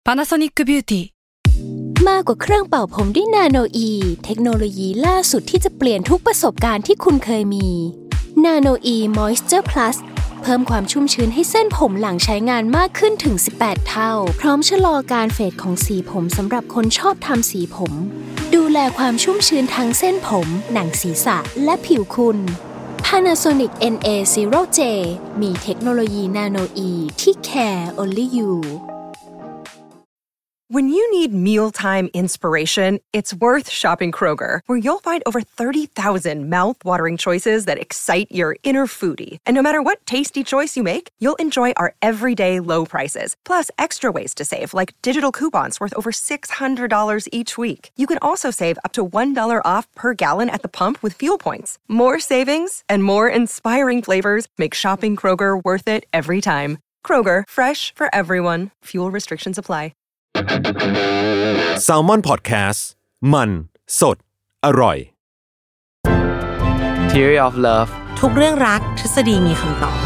Panasonic Beauty มากกว่าเครื่องเป่าผมด้วยนาโนอีเทคโนโลยีล่าสุดที่จะเปลี่ยนทุกประสบการณ์ที่คุณเคยมีนาโนอีมอยส์เจอร์พลัสเพิ่มความชุ่มชื้นให้เส้นผมหลังใช้งานมากขึ้นถึง18เท่าพร้อมชะลอการเฟดของสีผมสำหรับคนชอบทำสีผมดูแลความชุ่มชื้นทั้งเส้นผมหนังศีรษะและผิวคุณ Panasonic NA0J มีเทคโนโลยีนาโนอีที่ care only you When you need mealtime inspiration, it's worth shopping Kroger, where you'll find over 30,000 mouth-watering choices that excite your inner foodie. And no matter what tasty choice you make, you'll enjoy our everyday low prices, plus extra ways to save, like digital coupons worth over $600 each week. You can also save up to $1 off per gallon at the pump with fuel points. More savings and more inspiring flavors make shopping Kroger worth it every time. Kroger, fresh for everyone. Fuel restrictions apply. Salmon Podcast มันสดอร่อย Theory of Love ทุกเรื่องรักทฤษฎีมีคำตอบ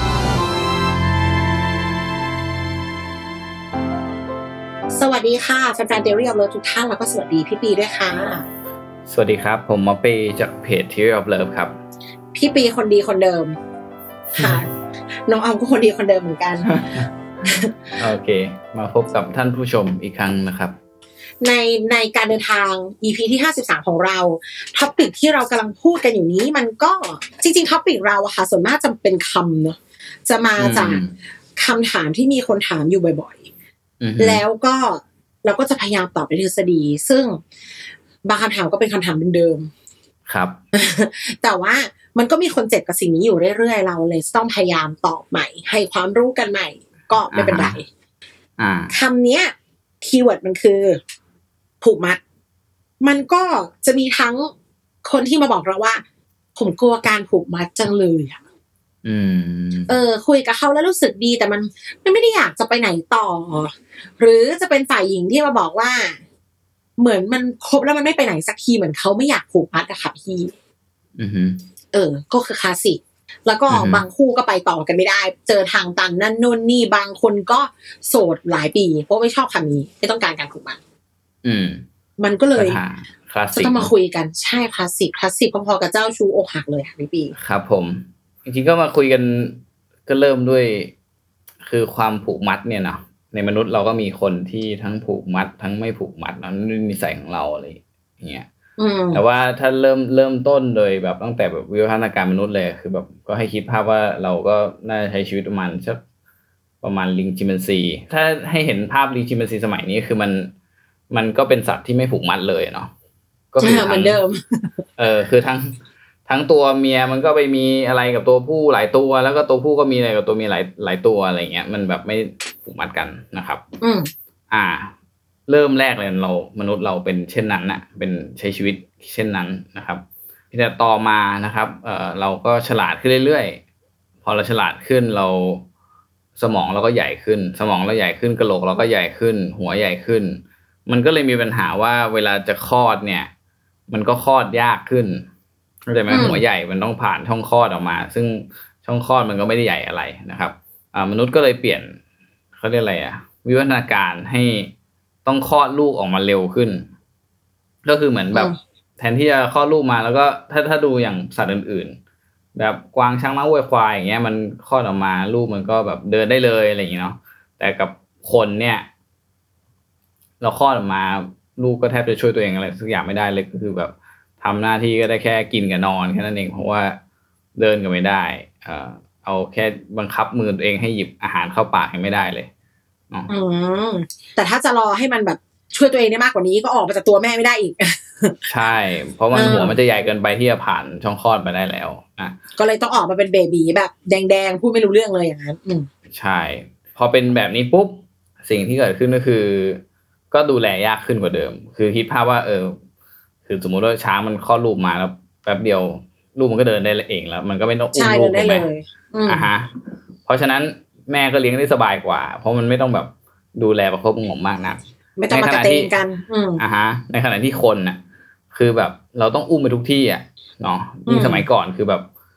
สวัสดีค่ะแฟนๆ Theory of Love ทุกท่านแล้วก็สวัสดีพี่ปีด้วยค่ะสวัสดีครับผมมาปีจากเพจ Theory of Love ครับพี่ปีคนดีคนเดิมค่ะน้องออมก็คนดีคนเดิมเหมือนกันโอเคมาพบกับท่านผู้ชมอีกครั้งนะครับในการเดินทาง EP ที่53ของเราท็อปิกที่เรากำลังพูดกันอยู่นี้มันก็จริงๆท็อปิกเราอะค่ะส่วนมากจะเป็นคำเนาะจะมาจากคำถามที่มีคนถามอยู่บ่อยๆแล้วก็เราก็จะพยายามตอบในทฤษฎีซึ่งบางคำถามก็เป็นคำถามเดิมๆครับแต่ว่ามันก็มีคนเจ็บกับสิ่งนี้อยู่เรื่อยๆเราเลยต้องพยายามตอบใหม่ให้ความรู้กันใหม่ก็ไม่เป็นไรคำเนี้ยคีย์เวิร์ดมันคือผูกมัดมันก็จะมีทั้งคนที่มาบอกเราว่าผมกลัวการผูกมัดจังเลยอ่ะคุยกับเขาแล้วรู้สึกดีแต่มันไม่ได้อยากจะไปไหนต่อหรือจะเป็นฝ่ายหญิงที่มาบอกว่าเหมือนมันครบแล้วมันไม่ไปไหนสักทีเหมือนเขาไม่อยากผูกมัดอะค่ะพี่ก็คือคลาสสิกแล้วก็บางคู่ก็ไปต่อกันไม่ได้เจอทางตันนั่นนู่นนี่บางคนก็โสดหลายปีเพราะไม่ชอบคำนี้ไม่ต้องการการผูกมัดมันก็เลยจะต้องมาคุยกันใช่คลาสสิกพอๆกับเจ้าชู้อกหักเลยค่ะพี่ปีครับผมจริงๆก็มาคุยกันก็เริ่มด้วยคือความผูกมัดเนี่ยเนาะในมนุษย์เราก็มีคนที่ทั้งผูกมัดทั้งไม่ผูกมัดนั่นนิสัยของเราอะไรอย่างเงี้ยแต่ว่าถ้าเริ่มต้นโดยแบบตั้งแต่แบบวิวัฒนาการมนุษย์เลยคือแบบก็ให้คิดภาพว่าเราก็น่าจะใช้ชีวิตประมาณลิงชิมแปนซีถ้าให้เห็นภาพลิงชิมแปนซีสมัยนี้คือมันก็เป็นสัตว์ที่ไม่ผูกมัดเลยเนาะก็คือเหมือนเดิมคือทั้งตัวเมียมันก็ไปมีอะไรกับตัวผู้หลายตัวแล้วก็ตัวผู้ก็มีอะไรกับตัวเมียหลายตัวอะไรเงี้ยมันแบบไม่ผูกมัดกันนะครับเริ่มแรกเลยมนุษย์เราเป็นเช่นนั้นน่ะเป็นใช้ชีวิตเช่นนั้นนะครับแต่ต่อมานะครับเราก็ฉลาดขึ้นเรื่อยๆพอเราฉลาดขึ้นเราสมองเราก็ใหญ่ขึ้นกะโหลกเราก็ใหญ่ขึ้นหัวใหญ่ขึ้นมันก็เลยมีปัญหาว่าเวลาจะคลอดเนี่ยมันก็คลอดยากขึ้นเข้าใจไหมหัวใหญ่มันต้องผ่านช่องคลอดออกมาซึ่งช่องคลอดมันก็ไม่ได้ใหญ่อะไรนะครับมนุษย์ก็เลยเปลี่ยนเขาเรียกอะไรวิวัฒนาการให้ต้องคลอดลูกออกมาเร็วขึ้นก็คือเหมือนแบบแทนที่จะคลอดลูกมาแล้วก็ถ้าดูอย่างสัตว์อื่นๆแบบกวางช้างม้าวัวควายอย่างเงี้ยมันคลอดออกมาลูกมันก็แบบเดินได้เลยอะไรอย่างเงี้ยเนาะแต่กับคนเนี่ยเราคลอดออกมาลูกก็แทบจะช่วยตัวเองอะไรสักอย่างไม่ได้เลยก็คือแบบทำหน้าที่ก็ได้แค่กินกับนอนแค่นั้นเองเพราะว่าเดินก็ไม่ได้เอาแค่บังคับมือตัวเองให้หยิบอาหารเข้าปากยังไม่ได้เลยแต่ถ้าจะรอให้มันแบบช่วยตัวเองได้มากกว่านี้ก็ออกมาจากตัวแม่ไม่ได้อีกใช่เพราะมันหัวมันจะใหญ่เกินไปที่จะผ่านช่องคลอดไปได้แล้วนะก็เลยต้องออกมาเป็นเบบีแบบแดงๆพูดไม่รู้เรื่องเลยอย่างนั้นใช่พอเป็นแบบนี้ปุ๊บสิ่งที่เกิดขึ้นก็คือก็ดูแลยากขึ้นกว่าเดิมคือคิดภาพว่าคือสมมุติว่าช้างมันคลอดลูกมาแล้วแป๊บเดียวลูกมันก็เดินได้เองแล้วมันก็ไม่ต้องอุ้มลูกได้เลยเพราะฉะนั้นแม่ก็เลี้ยงได้สบายกว่าเพราะมันไม่ต้องแบบดูแลประคบประหงมมากนักไม่ต้องมากระเตงกันในขณะที่คนน่ะคือแบบเราต้องอุ้มไปทุกที่อ่ะเนาะยิ่งสมัยก่อนคือแบบ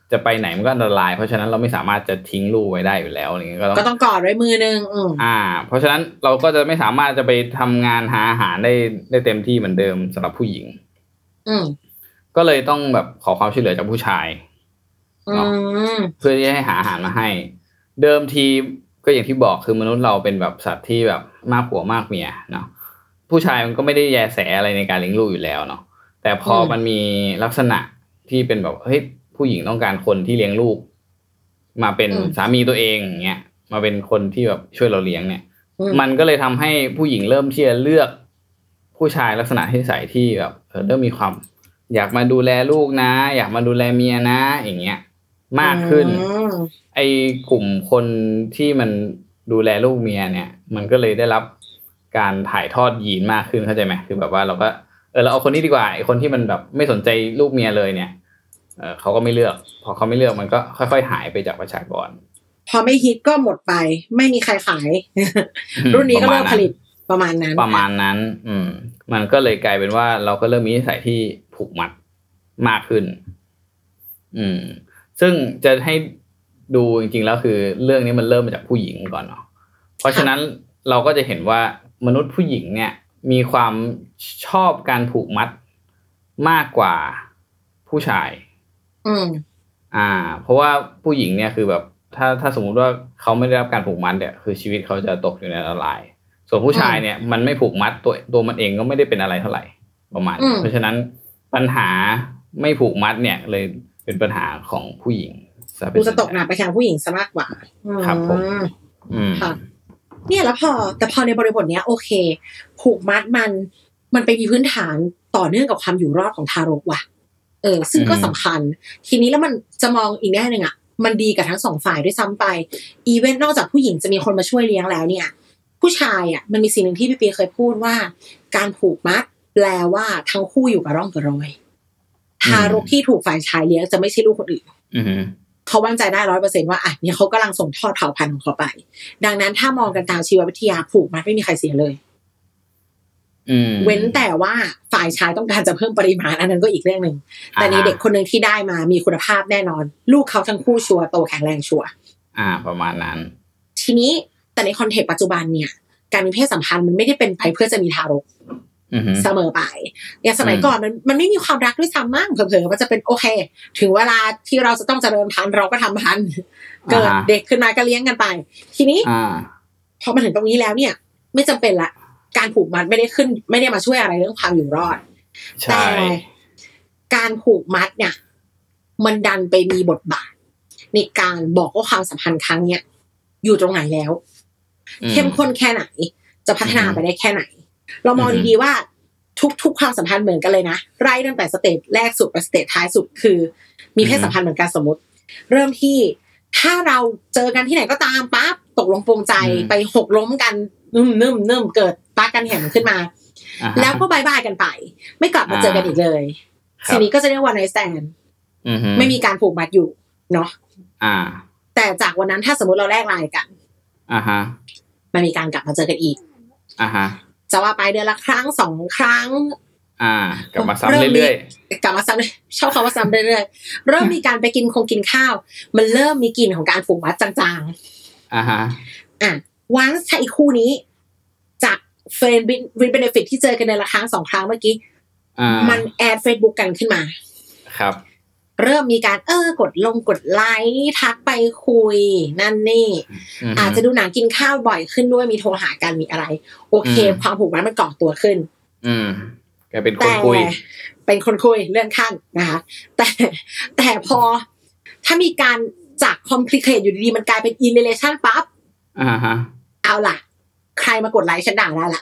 จะไปไหนมันก็อันตรายเพราะฉะนั้นเราไม่สามารถจะทิ้งลูกไว้ได้อยู่แล้วอะไรเงี้ยก็ต้องกอดไว้มือนึงเพราะฉะนั้นเราก็จะไม่สามารถจะไปทำงานหาอาหารได้เต็มที่เหมือนเดิมสำหรับผู้หญิงก็เลยต้องแบบขอความช่วยเหลือจากผู้ชายเพื่อที่ให้หาอาหารมาให้เดิมทีก็อย่างที่บอกคือมนุษย์เราเป็นแบบสัตว์ที่แบบมากผัวมากเมียเนาะผู้ชายมันก็ไม่ได้แยแสอะไรในการเลี้ยงลูกอยู่แล้วเนาะแต่พอมันมีลักษณะที่เป็นแบบเฮ้ยผู้หญิงต้องการคนที่เลี้ยงลูกมาเป็นสามีตัวเองอย่างเงี้ยมาเป็นคนที่แบบช่วยเราเลี้ยงเนี่ยมันก็เลยทำให้ผู้หญิงเริ่มที่จะเลือกผู้ชายลักษณะนิสัยที่แบบเริ่มมีความอยากมาดูแลลูกนะอยากมาดูแลเมียนะอย่างเงี้ยมากขึ้นไอ้กลุ่มคนที่มันดูแลลูกเมียเนี่ยมันก็เลยได้รับการถ่ายทอดยีนมากขึ้นเข้าใจไหมคือแบบว่าเราก็เราเอาคนนี้ดีกว่าไอ้คนที่มันแบบไม่สนใจลูกเมียเลยเนี่ยเขาก็ไม่เลือกพอเขาไม่เลือกมันก็ค่อยๆหายไปจากประชากรพอไม่ฮิตก็หมดไปไม่มีใครขายรุ่นนี้ก็เลิกผลิตประมาณนั้นมันก็เลยกลายเป็นว่าเราก็เริ่มมีนิสัยที่ผูกมัดมากขึ้นซึ่งจะให้ดูจริงๆแล้วคือเรื่องนี้มันเริ่มมาจากผู้หญิงก่อนเนาะเพราะฉะนั้นเราก็จะเห็นว่ามนุษย์ผู้หญิงเนี่ยมีความชอบการผูกมัดมากกว่าผู้ชายเพราะว่าผู้หญิงเนี่ยคือแบบถ้าสมมุติว่าเขาไม่ได้รับการผูกมัดเนี่ยคือชีวิตเขาจะตกอยู่ในอันตรายส่วนผู้ชายเนี่ยมันไม่ผูกมัดตัวมันเองก็ไม่ได้เป็นอะไรเท่าไหร่ประมาณเพราะฉะนั้นปัญหาไม่ผูกมัดเนี่ยเลยเป็นปัญหาของผู้หญิงกูจะตกหนักไปทางผู้หญิงซะมากกว่าครับผมค่ะเนี่ยแล้วแต่พอในบริบทเนี้ยโอเคผูกมัดมันไปมีพื้นฐานต่อเนื่องกับความอยู่รอดของทารกว่ะซึ่งก็สำคัญทีนี้แล้วมันจะมองอีกแง่นึงอ่ะมันดีกับทั้งสองฝ่ายด้วยซ้ำไปอีเวนต์นอกจากผู้หญิงจะมีคนมาช่วยเลี้ยงแล้วเนี่ยผู้ชายอ่ะมันมีสิ่งหนึ่งที่พี่ปีเคยพูดว่าการผูกมัดแปลว่าทั้งคู่อยู่กับร่องกับรอยทารกที่ถูกฝ่ายชายเลี้ยงจะไม่ใช่ลูกคนอื่นเขามั่นใจได้ 100% ว่าอ่ะเนี่ยเขากำลังส่งทอดเผ่าพันธุ์ของเขาไปดังนั้นถ้ามองกันตามชีววิทยาผูกมัดไม่มีใครเสียเลยเว้นแต่ว่าฝ่ายชายต้องการจะเพิ่มปริมาณอันนั้นก็อีกเรื่องนึงแต่ในเด็กคนนึงที่ได้มามีคุณภาพแน่นอนลูกเขาทั้งคู่ชัวร์โตแข็งแรงชัวร์ประมาณนั้นทีนี้แต่ในคอนเทกต์ปัจจุบันเนี่ยการมีเพศสัมพันธ์มันไม่ได้เป็นไปเพื่อจะมีทารกเสมอไปอย่างสมัยก่อนมันไม่มีความรักด้วยซ้ำมั่งเผลอๆมันจะเป็นโอเคถึงเวลาที่เราจะต้องเจริญพันธุ์เราก็ทำพันธุ์เกิดเด็กขึ้นมาก็เลี้ยงกันไปทีนี้พอมาถึงตรงนี้แล้วเนี่ยไม่จำเป็นละการผูกมัดไม่ได้มาช่วยอะไรเรื่องความอยู่รอดแต่การผูกมัดเนี่ยมันดันไปมีบทบาทในการบอกว่าความสัมพันธ์ครั้งเนี้ยอยู่ตรงไหนแล้วเข้มข้นแค่ไหนจะพัฒนาไปได้แค่ไหนเรามองดีๆว่าทุกความสัมพันธ์เหมือนกันเลยนะไล่ตั้งแต่สเตจแรกสุดไปสเตจท้ายสุดคือมีเพศสัมพันธ์เหมือนกันสมมติเริ่มที่ถ้าเราเจอกันที่ไหนก็ตามปั๊บตกลงปลงใจไปหกล้มกันนึ่มเกิดปากันแห่งขึ้นมาแล้วก็บายกันไปไม่กลับมาเจอกันอีกเลยทีนี้ก็จะเรียกว่าไนท์สแตนด์ไม่มีการผูกมัดอยู่เนาะแต่จากวันนั้นถ้าสมมติเราแลกไลน์กันมันมีการกลับมาเจอกันอีกจะว่าไปเดือนละครั้ง2ครั้งกลับมาซ้ำเรื่อยๆกลับมาซ้ำชอบคำว่าซ้ำเรื่อยๆเริ่มมีการไปกินข้าวมันเริ่มมีกลิ่นของการผูกมัดจางๆวันถ้าอีกคู่นี้จากเฟรนด์วินเบเนฟิตที่เจอกันเดือนละครั้ง2ครั้งเมื่อกี้มันแอด Facebook กันขึ้นมาครับเริ่มมีการกดไลค์ทักไปคุยนั่นนี่อาจจะดูหนังกินข้าวบ่อยขึ้นด้วยมีโทรหากันมีอะไรโอเคความผูกมัดมันก่อตัวขึ้นแกเป็นคนคุยเลื่อนขั้นนะคะแต่พอถ้ามีการจากคอมพลีเคทอยู่ดีๆมันกลายเป็นอินเรเลชั่นปั๊บเอาล่ะใครมากดไลค์ฉันด่าได้ละ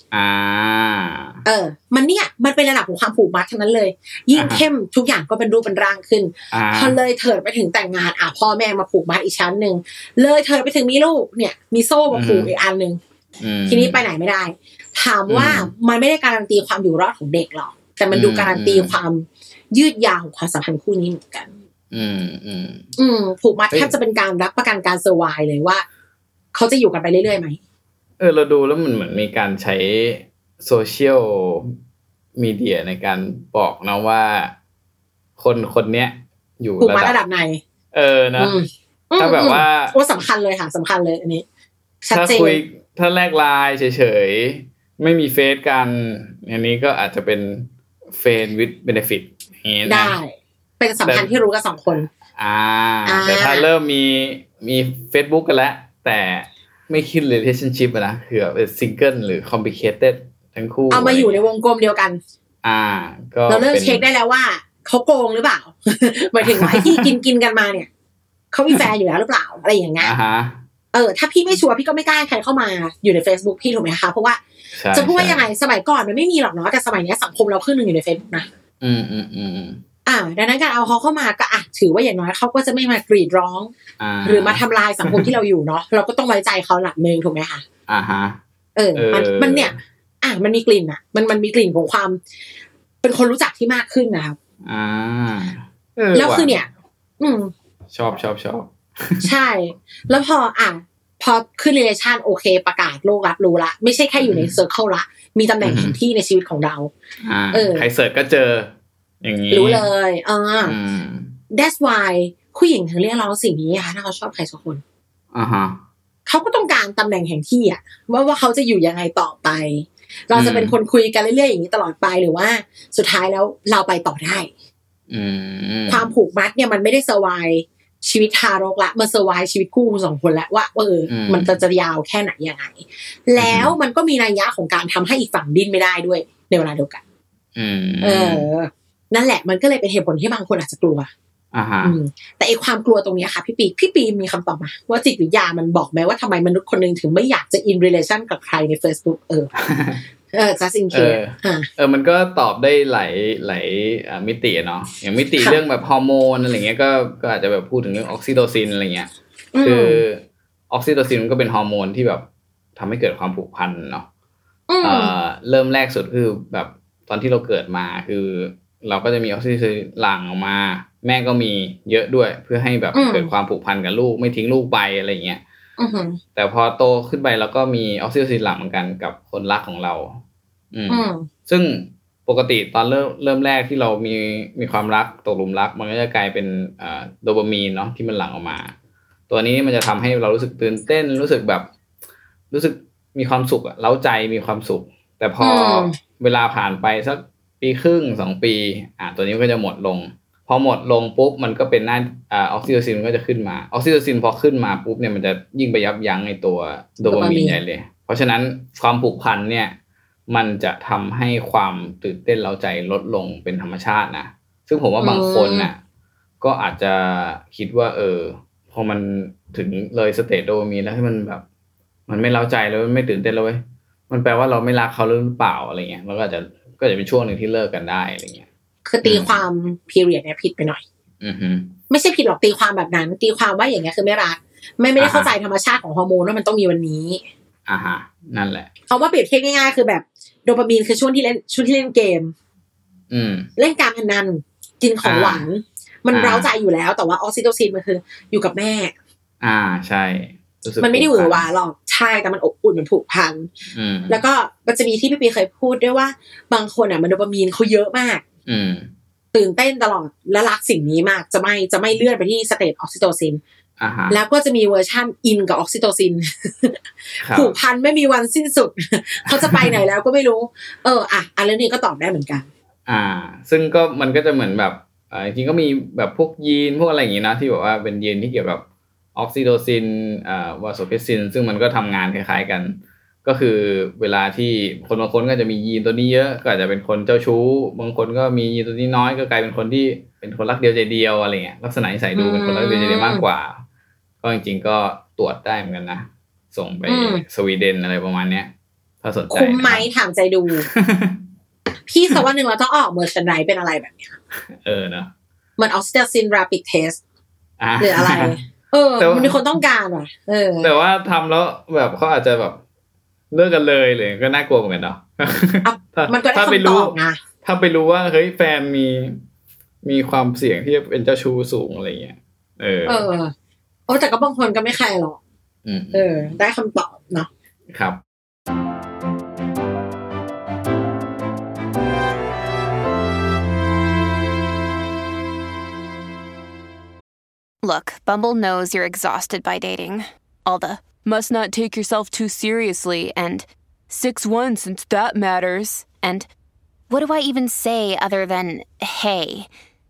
มันเป็นระดับของความผูกมัดทั้งนั้นเลยยิ่งเข้มทุกอย่างก็เป็นรูปเป็นร่างขึ้นพอเลยเถิดไปถึงแต่งงานพ่อแม่มาผูกมัดอีกชั้นนึงเลยเถิดไปถึงมีลูกเนี่ยมีโซ่มาผูกอีกอันนึงทีนี้ไปไหนไม่ได้ถามว่ามันไม่ได้การันตีความอยู่รอดของเด็กหรอกแต่มันดูการันตีความยืดยาวของความสัมพันธ์คู่นี้เหมือนกันผูกมัดแทบจะเป็นการรับประกันการเซอร์ไวว์เลยว่าเขาจะอยู่กันไปเรื่อยๆไหมเราดูแล้วมันเหมือนมีการใช้โซเชียลมีเดียในการบอกนะว่าคนเนี้ยอยู่ระดับไหนนะถ้าแบบว่าโอ้สำคัญเลยค่ะสำคัญเลยอันนี้ชัดเจนถ้าแลกไลน์เฉยๆไม่มีเฟซกันอันนี้ก็อาจจะเป็นเฟรนด์วิดเบเนฟิตอย่างงี้นะได้เป็นสัมพันธ์ที่รู้กัน2คนแต่ถ้าเริ่มมี Facebook กันแล้วแต่ไม่คิด relationship นะคือแบบเป็นซิงเกิลหรือ complicated ทั้งคู่เอามาอยู่ในวงกลมเดียวกันก็เราเริ่มเช็คได้แล้วว่าเขาโกงหรือเปล่าหมายถึงว่าไอ้ที่กินกันมาเนี่ยเขามีแฟนอยู่แล้วหรือเปล่าอะไรอย่างเงี้ยถ้าพี่ไม่ชัวร์พี่ก็ไม่กล้าใครเข้ามาอยู่ใน Facebook พี่ถูกไหมคะเพราะว่าจะพูดว่ายังไงสมัยก่อนมันไม่มีหรอกเนาะแต่สมัยนี้สังคมเราครึ่งนึงอยู่ใน Facebook นะดังนั้นการเอาเขาเข้ามาก็ถือว่าอย่างน้อยเขาก็จะไม่มากรีดร้องหรือมาทำลายสังคมที่เราอยู่เนาะเราก็ต้องไว้ใจเขาหลักนึงถูกไหมคะมันเนี่ยมันมีกลิ่นมันมีกลิ่นของความเป็นคนรู้จักที่มากขึ้นนะครับแล้วคือเนี่ยชอบใช่แล้วพอขึ้น relation โอเคประกาศโลกรับรู้ละไม่ใช่แค่อยู่ใน circle ละมีตำแหน่งแห่งที่ในชีวิตของเราใครเสิร์ชก็เจออย่างนี้รู้เลยthat's why ผู้หญิงถึงเรียกร้องสิ่งนี้ค่ะถ้าเขาชอบใครสักคนเขาก็ต้องการตำแหน่งแห่งที่ว่าเขาจะอยู่ยังไงต่อไปเราจะเป็นคนคุยกันเรื่อยๆอย่างนี้ตลอดไปหรือว่าสุดท้ายแล้วเราไปต่อได้ความผูกมัดเนี่ยมันไม่ได้เซอร์ไวชีวิตทารกละมาเซอร์ไวชีวิตคู่คุณ2คนแล้วว่ามันจะยาวแค่ไหนยังไงแล้วมันก็มีนัยยะของการทำให้อีกฝั่งดิ้นไม่ได้ด้วยในเวลาเดียวกันนั่นแหละมันก็เลยเป็นเหตุผลที่บางคนอาจจะกลัวแต่ไอ้ความกลัวตรงนี้ค่ะพี่ปีมีคำตอบมาว่าจิตวิทยามันบอกไหมว่าทำไมมนุษย์คนนึงถึงไม่อยากจะ in relation กับใครใน Facebook just in case มันก็ตอบได้หลายมิติเนาะอย่างมิติเรื่องแบบฮอร์โมนอะไรเงี้ยก็อาจจะแบบพูดถึงเรื่องออกซิโทซินอะไรเงี้ยคือออกซิโทซินมันก็เป็นฮอร์โมนที่แบบทำให้เกิดความผูกพันเนาะเริ่มแรกสุดคือแบบตอนที่เราเกิดมาคือเราก็จะมีออกซิโทซินหลั่งออกมาแม่ก็มีเยอะด้วยเพื่อให้แบบเกิดความผูกพันกับลูกไม่ทิ้งลูกไปอะไรเงี้ยแต่พอโตขึ้นไปเราก็มีออกซิโทซินหลั่งเหมือนกันกับคนรักของเราซึ่งปกติตอนเริ่มแรกที่เรามีความรักตกหลุมรักมันก็จะกลายเป็นโดปามีนเนาะที่มันหลั่งออกมาตัวนี้มันจะทำให้เรารู้สึกตื่นเต้นรู้สึกมีความสุขเร้าใจมีความสุขแต่พอเวลาผ่านไปสักปีครึ่ง2ปีตัวนี้ก็จะหมดลงพอหมดลงปุ๊บมันก็เป็นหน้าออกซิโทซินก็จะขึ้นมาออกซิโทซินพอขึ้นมาปุ๊บเนี่ยมันจะยิ่งไปยับยั้งไอ้ตัวโดปามีนใหญ่เลยเพราะฉะนั้นความผูกพันเนี่ยมันจะทำให้ความตื่นเต้นเร้าใจลดลงเป็นธรรมชาตินะซึ่งผมว่าบางคนน่ะก็อาจจะคิดว่าพอมันถึงเลยสเตจโดปามีนแล้วให้มันแบบมันไม่เร้าใจแล้วมันไม่ตื่นเต้นแล้วเว้ยมันแปลว่าเราไม่รักเขาหรือเปล่าอะไรเงี้ยแล้วก็จะเป็นช่วงนึงที่เลิกกันได้อะไรเงี้ยคือตีความ period เนี่ยผิดไปหน่อยไม่ใช่ผิดหรอกตีความแบบนั้นตีความว่าอย่างเงี้ยคือไม่รักไม่ได้เข้าใจธรรมชาติของฮอร์โมนว่ามันต้องมีวันนี้นั่นแหละเขาว่าเปรียบเทียบง่ายๆคือแบบโดปามีนคือช่วงที่เล่นเกมเล่นการพนันกินของหวานมันเร้าใจอยู่แล้วแต่ว่าออกซิโทซินมันคืออยู่กับแม่ใช่มันไม่ได้หวือหวาหรอกใช่แต่มันอบอุ่นมันผูกพันแล้วก็มันจะมีที่พี่ปีเคยพูดด้วยว่าบางคนมันโดปามีนเขาเยอะมากตื่นเต้นตลอดและรักสิ่งนี้มากจะไม่เลื่อนไปที่สเตจออกซิโทซินแล้วก็จะมีเวอร์ชั่นอินกับออกซิโทซินผูกพันไม่มีวันสิ้นสุดเขาจะไปไหนแล้วก็ไม่รู้อันนี้ก็ตอบได้เหมือนกันซึ่งก็มันก็จะเหมือนแบบจริงก็มีแบบพวกยีนพวกอะไรอย่างงี้นะที่บอกว่าเป็นยีนที่เกี่ยวกับออกซิโทซินวาโซเพซินซึ่งมันก็ทำงานคล้ายๆกันก็คือเวลาที่คนบางคนก็จะมียีนตัวนี้เยอะก็อาจจะเป็นคนเจ้าชู้บางคนก็มียีนตัวนี้น้อยก็กลายเป็นคนที่เป็นคนรักเดียวใจเดียวอะไรเงี้ยลักษณะนิสัยดูเป็นคนรักเดียวใจเดียวมากกว่าก็จริงๆก็ตรวจได้เหมือนกันนะส่งไปสวีเดนอะไรประมาณเนี้ยถ้าสนใจคุ้มไหมถามใจดู พี่สักวันหนึ่งเราต้องออกเมอร์ชันไดเป็นอะไรแบบเนี้ยนะเหมือนออกซิโทซิน rapid test หรืออะไรมันมีคนต้องการว่ะแต่ว่าทำแล้วแบบเขาอาจจะแบบเลิกกันเลยก็น่ากลัวเหมือนกันเนาะมันก็ได้คำตอบนะถ้าไปรู้ว่าเฮ้ยแฟนมีความเสี่ยงที่จะเป็นเจ้าชู้สูงอะไรเงี้ยแต่ก็บางคนก็ไม่แคร์หรอกได้คำตอบเนาะครับ Look, Bumble knows you're exhausted by dating. All the must not take yourself too seriously and 6'1" since that matters. And what do I even say other than hey?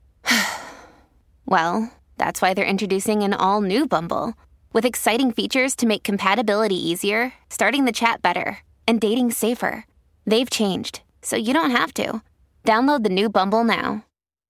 Well, that's why they're introducing an all-new Bumble with exciting features to make compatibility easier, starting the chat better, and dating safer. They've changed, so you don't have to. Download the new Bumble now.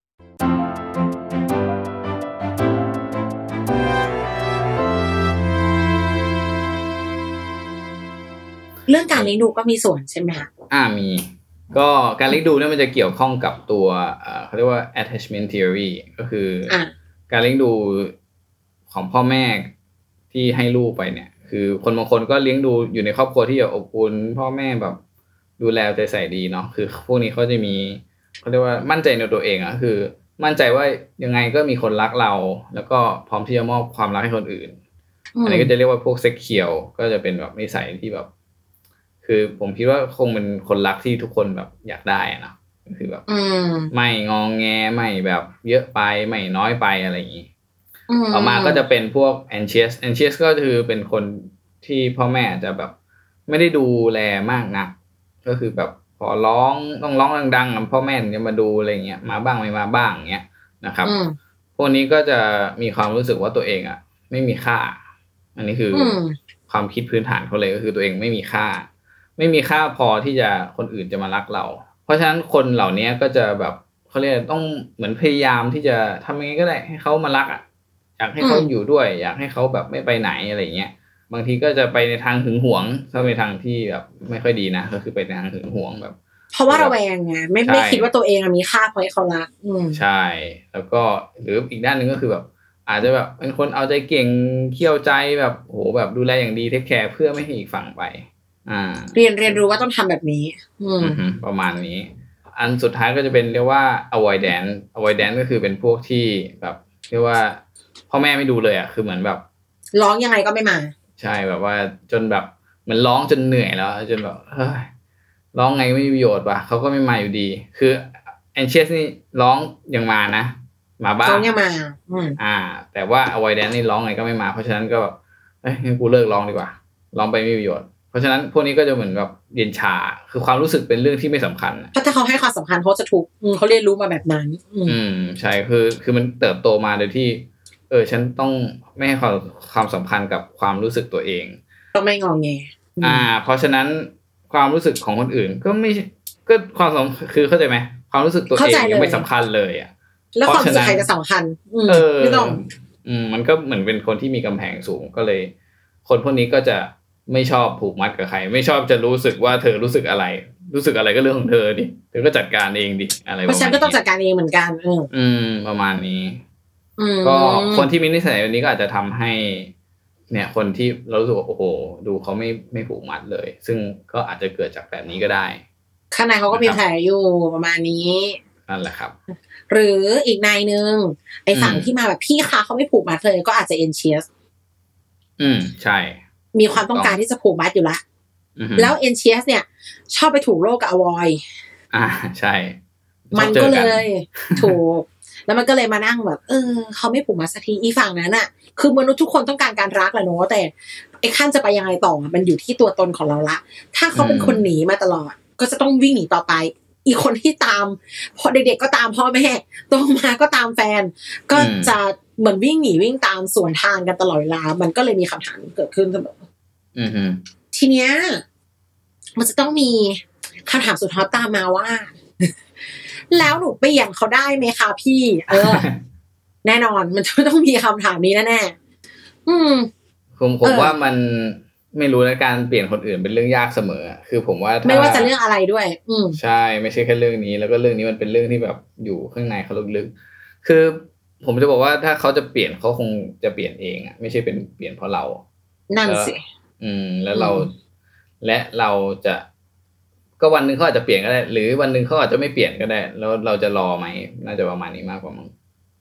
เรื่องการเลี้ยงดูก็มีส่วนใช่ไหมคะมีก็การเลี้ยงดูเนี่ยมันจะเกี่ยวข้องกับตัวเขาเรียกว่า attachment theory ก็คือการเลี้ยงดูของพ่อแม่ที่ให้ลูกไปเนี่ยคือคนบางคนก็เลี้ยงดูอยู่ในครอบครัวที่อบอุ่นพ่อแม่แบบดูแลใจใส่ดีเนาะคือพวกนี้เขาจะมีเขาเรียกว่ามั่นใจในตัวเองอ่ะคือมั่นใจว่ายังไงก็มีคนรักเราแล้วก็พร้อมที่จะมอบความรักให้คนอื่นอันนี้ก็จะเรียกว่าพวกเซ็กเคียวก็จะเป็นแบบนิสัยที่แบบคือผมคิดว่าคงเป็นคนรักที่ทุกคนแบบอยากได้นะคือแบบไม่งองแงไม่แบบเยอะไปไม่น้อยไปอะไรอย่างนี้ต่อมาก็จะเป็นพวก anxious ก็คือเป็นคนที่พ่อแม่จะแบบไม่ได้ดูแลมากนักก็คือแบบพอต้องร้องดังๆพ่อแม่จะมาดูอะไรเงี้ยมาบ้างไม่มาบ้างเงี้ยนะครับพวกนี้ก็จะมีความรู้สึกว่าตัวเองอ่ะไม่มีค่าอันนี้คือความคิดพื้นฐานเขาเลยก็คือตัวเองไม่มีค่าพอที่จะคนอื่นจะมารักเราเพราะฉะนั้นคนเหล่านี้ก็จะแบบเขาเรียกต้องเหมือนพยายามที่จะทำยังไงก็ได้ให้เขามารักอ่ะอยากให้เขาอยู่ด้วยอยากให้เขาแบบไม่ไปไหนอะไรเงี้ยบางทีก็จะไปในทางหึงหวงถ้าไปทางที่แบบไม่ค่อยดีนะก็คือไปในทางหึงหวงแบบเพราะว่าระแวงไงไม่คิดว่าตัวเองมีค่าพอให้เขารักใช่แล้วก็หรืออีกด้านนึงก็คือแบบอาจจะแบบเป็นคนเอาใจเก่งเขี้ยวใจแบบโหแบบดูแลอย่างดีเทคแคร์เพื่อไม่ให้อีกฝั่งไปเรียนรู้ว่าต้องทำแบบนี้ประมาณนี้อันสุดท้ายก็จะเป็นเรียกว่า avoidance ก็คือเป็นพวกที่แบบเรียกว่าพ่อแม่ไม่ดูเลยอ่ะคือเหมือนแบบร้องยังไงก็ไม่มาใช่แบบว่าจนแบบเหมือนร้องจนเหนื่อยแล้วจนแบบเฮ้ยร้องไงไม่มีประโยชน์ว่ะเขาก็ไม่มาอยู่ดีคือ anxious นี่ร้องยังมานะมาบ้างร้องยังมาแต่ว่า avoidance นี่ร้องไงก็ไม่มาเพราะฉะนั้นก็แบบงั้นกูเลิกร้องดีกว่าร้องไปไม่มีประโยชน์เพราะฉะนั้นพวกนี้ก็จะเหมือนแบบเย็นชาคือความรู้สึกเป็นเรื่องที่ไม่สำคัญเพราะถ้าเขาให้ความสำคัญเขาจะถูกเขาเรียนรู้มาแบบนั้นใช่คือมันเติบโตมาโดยที่ฉันต้องไม่ให้ความสำคัญกับความรู้สึกตัวเองต้องไม่งอแงเพราะฉะนั้นความรู้สึกของคนอื่นก็ไม่ก็ความคือเข้าใจไหมความรู้สึกตัวเองยังไม่สำคัญเลยอ่ะแล้วความรู้สึกใครจะสำคัญไม่ต้องมันก็เหมือนเป็นคนที่มีกำแพงสูงก็เลยคนพวกนี้ก็จะไม่ชอบผูกมัดกับใครไม่ชอบจะรู้สึกว่าเธอรู้สึกอะไรก็เรื่องของเธอดิเธอก็จัดการเองดิอะไรเพราะฉันก็ต้องจัดการเองเหมือนกันประมาณนี้ก็คนที่มีนิสัยแบบนี้ก็อาจจะทำให้เนี่ยคนที่เรารู้สึกว่าโอ้โหดูเขาไม่ผูกมัดเลยซึ่งก็อาจจะเกิดจากแบบนี้ก็ได้ข้างในเขาก็มีแผลอยู่ประมาณนี้นั่นแหละครับหรืออีกนายนึงไอ้ฝั่งที่มาแบบพี่คะเขาไม่ผูกมัดเลยก็อาจจะ anxious ใช่มีความต้องการที่จะผูกมัดอยู่ละแล้ว anxious เนี่ยชอบไปถูกโรคกับ avoid ใช่มันก็เลยถูกแล้วมันก็เลยมานั่งแบบเขาไม่ผูกมัดสักทีอีฝั่งนั้นน่ะคือมนุษย์ทุกคนต้องการการรักแหละเนาะแต่ไอ้ขั้นจะไปยังไงต่อมันอยู่ที่ตัวตนของเราละถ้าเขาเป็นคนหนีมาตลอดก็จะต้องวิ่งหนีต่อไปอีกคนที่ตามพอเด็กๆก็ตามพ่อแม่โตมาก็ตามแฟนก็จะเหมือนวิ่งหนีวิ่งตามสวนทางกันตลอดเวลามันก็เลยมีคำถามเกิดขึ้นเสมอทีเนี้ยมันจะต้องมีคำถามสุดฮอตตามมาว่าแล้วหนูเปลี่ยนเขาได้ไหมคะพี่แน่นอนมันต้องมีคำถามนี้แน่ๆผมว่ามันไม่รู้นะการเปลี่ยนคนอื่นเป็นเรื่องยากเสมอคือผมว่าไม่ว่าจะเรื่องอะไรด้วยใช่ไม่ใช่แค่เรื่องนี้แล้วก็เรื่องนี้มันเป็นเรื่องที่แบบอยู่ข้างในเขาลึกๆคือผมจะบอกว่าถ้าเขาจะเปลี่ยนเขาคงจะเปลี่ยนเองอ่ะไม่ใช่เป็นเปลี่ยนเพราะเรานั่นสิแล้วเราจะก็วันนึงเขาอาจจะเปลี่ยนก็ได้หรือวันนึงเขาอาจจะไม่เปลี่ยนก็ได้แล้วเราจะรอไหมน่าจะประมาณนี้มากกว่ามั้ง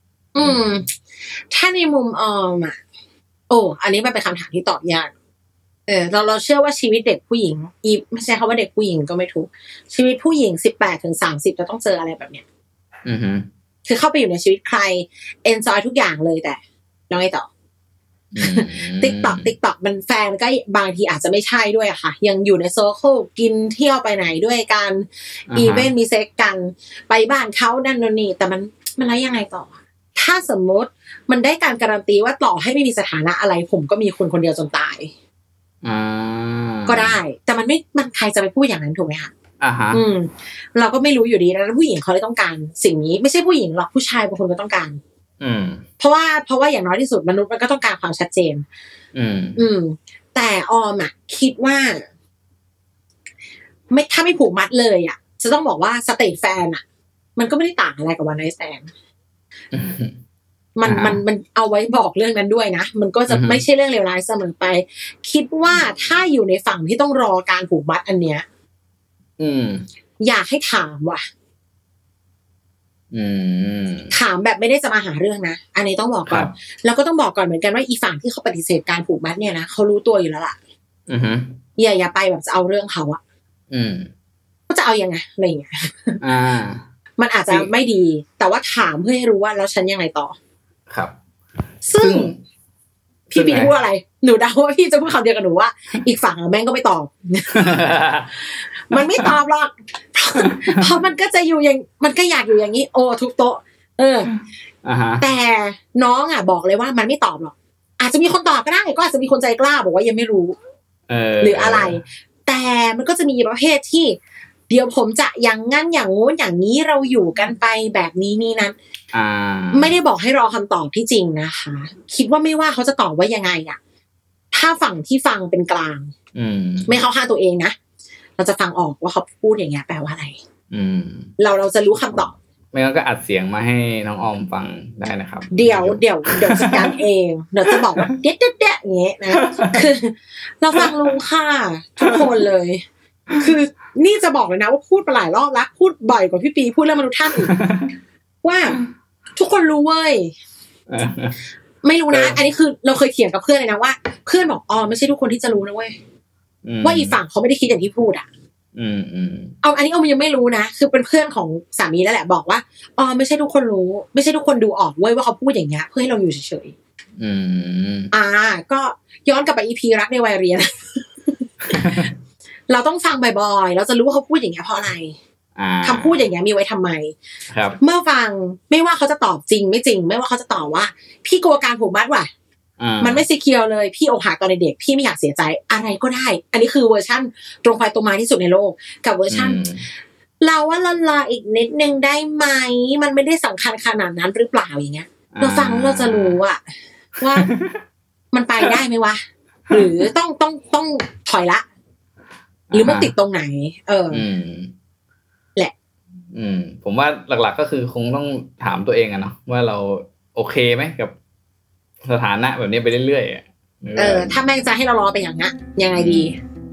ถ้าในมุมอันนี้มันเป็นคำถามที่ตอบยากเราเชื่อว่าชีวิตเด็กผู้หญิงไม่ใช่คำว่าเด็กผู้หญิงก็ไม่ถูกชีวิตผู้หญิง18-30จะต้องเจออะไรแบบเนี้ยคือเข้าไปอยู่ในชีวิตใคร enjoy ทุกอย่างเลยแต่แล้วไงต่อTikTok มันแฟนก็บางทีอาจจะไม่ใช่ด้วยอะค่ะยังอยู่ในโซเชียลกินเที่ยวไปไหนด้วยกันอีเวนต์มีเซ็กกันไปบ้านเขานั่นนี่แต่มันแล้วยังไงต่อถ้าสมมติมันได้การการันตีว่าต่อให้ไม่มีสถานะอะไรผมก็มีคนเดียวจนตายก็ได้แต่มันใครจะไปพูดอย่างนั้นถูกไหมคะเราก็ไม่รู้อยู่ดีแล้วผู้หญิงเขาเลยต้องการสิ่งนี้ไม่ใช่ผู้หญิงหรอกผู้ชายบางคนก็ต้องการเพราะว่าอย่างน้อยที่สุดมนุษย์มันก็ต้องการความชัดเจนแต่ออมอ่ะคิดว่าถ้าไม่ผูกมัดเลยอ่ะจะต้องบอกว่าสเตทแฟนอ่ะมันก็ไม่ได้ต่างอะไรกับวันไนท์สแตนด์มันเอาไว้บอกเรื่องนั้นด้วยนะมันก็จะไม่ใช่เรื่องเลวร้ายเสมอไปคิดว่าถ้าอยู่ในฝั่งที่ต้องรอการผูกมัดอันเนี้ยอยากให้ถามว่ะถามแบบไม่ได้จะมาหาเรื่องนะอันนี้ต้องบอกก่อนแล้วก็ต้องบอกก่อนเหมือนกันว่าอีฝั่งที่เขาปฏิเสธการผูกมัดเนี่ยนะเขารู้ตัวอยู่แล้วล่ะอย่าไปแบบจะเอาเรื่องเขาอะก็จะเอายังไงอะไรอย่างเงี้ยมันอาจจะไม่ดีแต่ว่าถามเพื่อให้รู้ว่าแล้วฉันยังไงต่อครับซึ่งพี่ปีพูดอะไรหนูเดาว่าพี่จะพูดคำเดียวกับหนูว่าอีกฝั่งแม่งก็ไม่ตอบมันไม่ตอบหรอกเพราะมันก็จะอยู่อย่างมันก็อยากอยู่อย่างนี้โอ้ทุกโต๊ะแต่น้องอ่ะบอกเลยว่ามันไม่ตอบหรอกอาจจะมีคนตอบก็ได้ก็อาจจะมีคนใจกล้าบอกว่ายังไม่รู้หรืออะไรแต่มันก็จะมีประเภทที่เดี๋ยวผมจะอย่างงั้นอย่างงู้นอย่างนี้เราอยู่กันไปแบบนี้นี่นั้นไม่ได้บอกให้รอคำตอบที่จริงนะคะคิดว่าไม่ว่าเขาจะตอบว่ายังไงอ่ะถ้าฝั่งที่ฟังเป็นกลางไม่เข้าข้างตัวเองนะเราจะฟังออกว่าเขาพูดอย่างเงี้ยแปลว่าอะไรเราจะรู้คำตอบไม่งั้นก็อัดเสียงมาให้น้องออมฟังได้นะครับเดี๋ยวจัดการเองเดี๋ยวจะบอกว่าเด๊ะๆอย่างเงี้ยนะคือเราฟังลุงค่ะทุกคนเลยคือนี่จะบอกเลยนะว่าพูดไปหลายรอบแล้วพูดบ่อยกว่าพี่ปีพูดเรื่องมนุษย์ท่านอีกว่าทุกคนรู้เว้ยไม่รู้นะอันนี้คือเราเคยเถียงกับเพื่อนเลยนะว่าเพื่อนบอกอ๋อไม่ใช่ทุกคนที่จะรู้นะเว้ยว่าอีฝั่งเขาไม่ได้คิดอย่างที่พูดอ่ะเอาอันนี้เอามันยังไม่รู้นะคือเป็นเพื่อนของสามีแล้วแหละบอกว่าอ๋อไม่ใช่ทุกคนรู้ไม่ใช่ทุกคนดูออกเว้ยว่าเขาพูดอย่างเงี้ยเพื่อให้เราอยู่เฉยๆก็ย้อนกลับไป EP รักในวัยเรียน เราต้องฟังบ่อยๆเราจะรู้ว่าเขาพูดอย่างเงี้ยเพราะอะไรคำพูดอย่างเงี้ยมีไว้ทำไมเมื่อฟังไม่ว่าเขาจะตอบจริงไม่จริงไม่ว่าเขาจะตอบว่าพี่กลัวการผูกมัดว่ะมันไม่ซีเคียวเลยพี่อกหักตอนเด็กพี่ไม่อยากเสียใจอะไรก็ได้อันนี้คือเวอร์ชั่นตรงไปตรงมาที่สุดในโลกกับเวอร์ชั่นเราว่าลาอีกนิดนึงได้ไหมมันไม่ได้สำคัญขนาดนั้นหรือเปล่าอย่างเงี้ยเราฟังเราจะรู้อะว่ามันไปได้ไหมวะหรือต้องถอยละหรือมันติดตรงไหนแหละผมว่าหลักๆก็คือคงต้องถามตัวเองอะเนาะว่าเราโอเคไหมกับสถานะแบบนี้ไปเรื่อยๆถ้าแม่งจะให้เรารอไปอย่างนี้ยังไงดี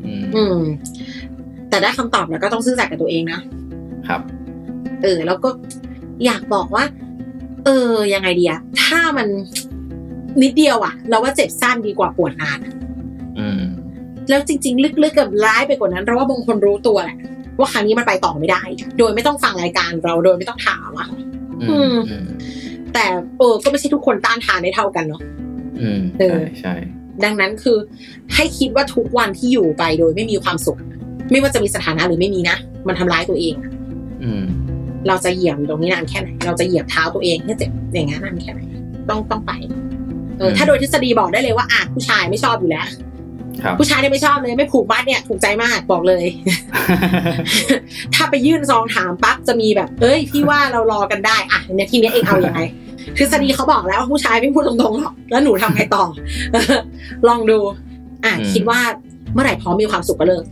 แต่ได้คำตอบแล้วก็ต้องซื่อสัตย์กับตัวเองนะครับแล้วก็อยากบอกว่ายังไงดีอะถ้ามันนิดเดียวอะเราว่าเจ็บสั้นดีกว่าปวดนานแล้วจริงๆลึกๆกับร้ายไปกว่านั้นเราว่าบางคนรู้ตัวแหละว่าครั้งนี้มันไปต่อไม่ได้โดยไม่ต้องฟังรายการเราโดยไม่ต้องถามอะแต่ก็ไม่ใช่ทุกคนต้านทานได้เท่ากันเนาะใช่ดังนั้นคือให้คิดว่าทุกวันที่อยู่ไปโดยไม่มีความสุขไม่ว่าจะมีสถานะหรือไม่มีนะมันทำร้ายตัวเองเราจะเหยียบตรงนี้นานแค่ไหนเราจะเหยียบเท้าตัวเองให้เจ็บอย่างนั้นนานแค่ไหนต้องไปถ้าโดยทฤษฎีบอกได้เลยว่าผู้ชายไม่ชอบอยู่แล้วผู้ชายเนี่ยไม่ชอบเลยไม่ผูกมัดเนี่ยถูกใจมากบอกเลย ถ้าไปยื่นซองถามปั๊บจะมีแบบพี่ว่าเรารอกันได้เนี่ยทีนี้เองเอาอย่างไรทฤษฎีเขาบอกแล้วว่าผู้ชายไม่พูดตรงๆหรอกแล้วหนูทำไงต่อ ลองดูคิดว่าเมื่อไหร่พร้อมมีความสุขก็เลิก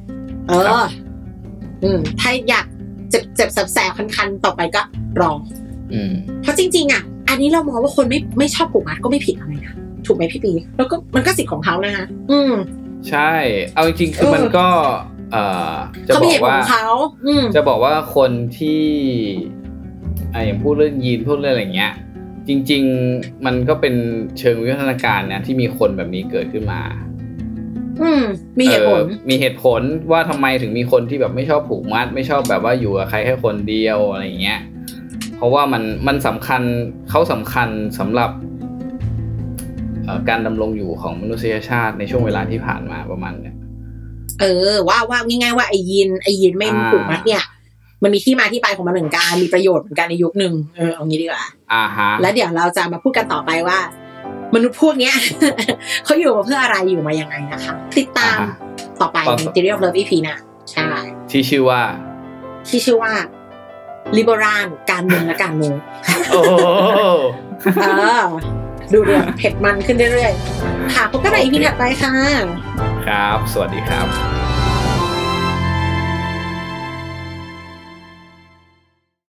ถ้าอยากเจ็บแสบคันๆต่อไปก็รอเพราะจริงๆอันนี้เรามองว่าคนไม่ชอบผูกมัดก็ไม่ผิดอะไรนะถูกไหมพี่ปีแล้วก็มันก็สิทธิ์ของเขานะคะใช่เอาจริงๆคือมันก็จะบอกว่าคนที่อย่างพูดเรื่องยีนพูดเรื่องอะไรเงี้ยจริงๆมันก็เป็นเชิงวิวัฒนาการนะที่มีคนแบบนี้เกิดขึ้นมามีเหตุผลว่าทำไมถึงมีคนที่แบบไม่ชอบผูกมัดไม่ชอบแบบว่าอยู่กับใครแค่คนเดียวอะไรเงี้ยเพราะว่ามันสำคัญเขาสำคัญสำหรับการดำรงอยู่ของมนุษยชาติในช่วงเวลาที่ผ่านมาประมาณเนี้ยว่าง่ายๆว่าไอ้ยีนไม่ผูกมัดเนี่ยมันมีที่มาที่ไปของมันเหมือนกันมีประโยชน์เหมือนกันในยุคนึงเอางี้ดีกว่าแล้วเดี๋ยวเราจะมาพูดกันต่อไปว่ามนุษย์พวกเนี้ย เขาอยู่มาเพื่ออะไรอยู่มายังไงนะคะติดตามต่อไปใน Theory of Love EP นะใช่ที่ชื่อว่า Liberal การเมืองและการเมืองโอ้ดูเดือดเผ็ดมันขึ้นเรื่อยๆค่ะพบกันใน EP ถัดไปค่ะครับสวัสดีครับ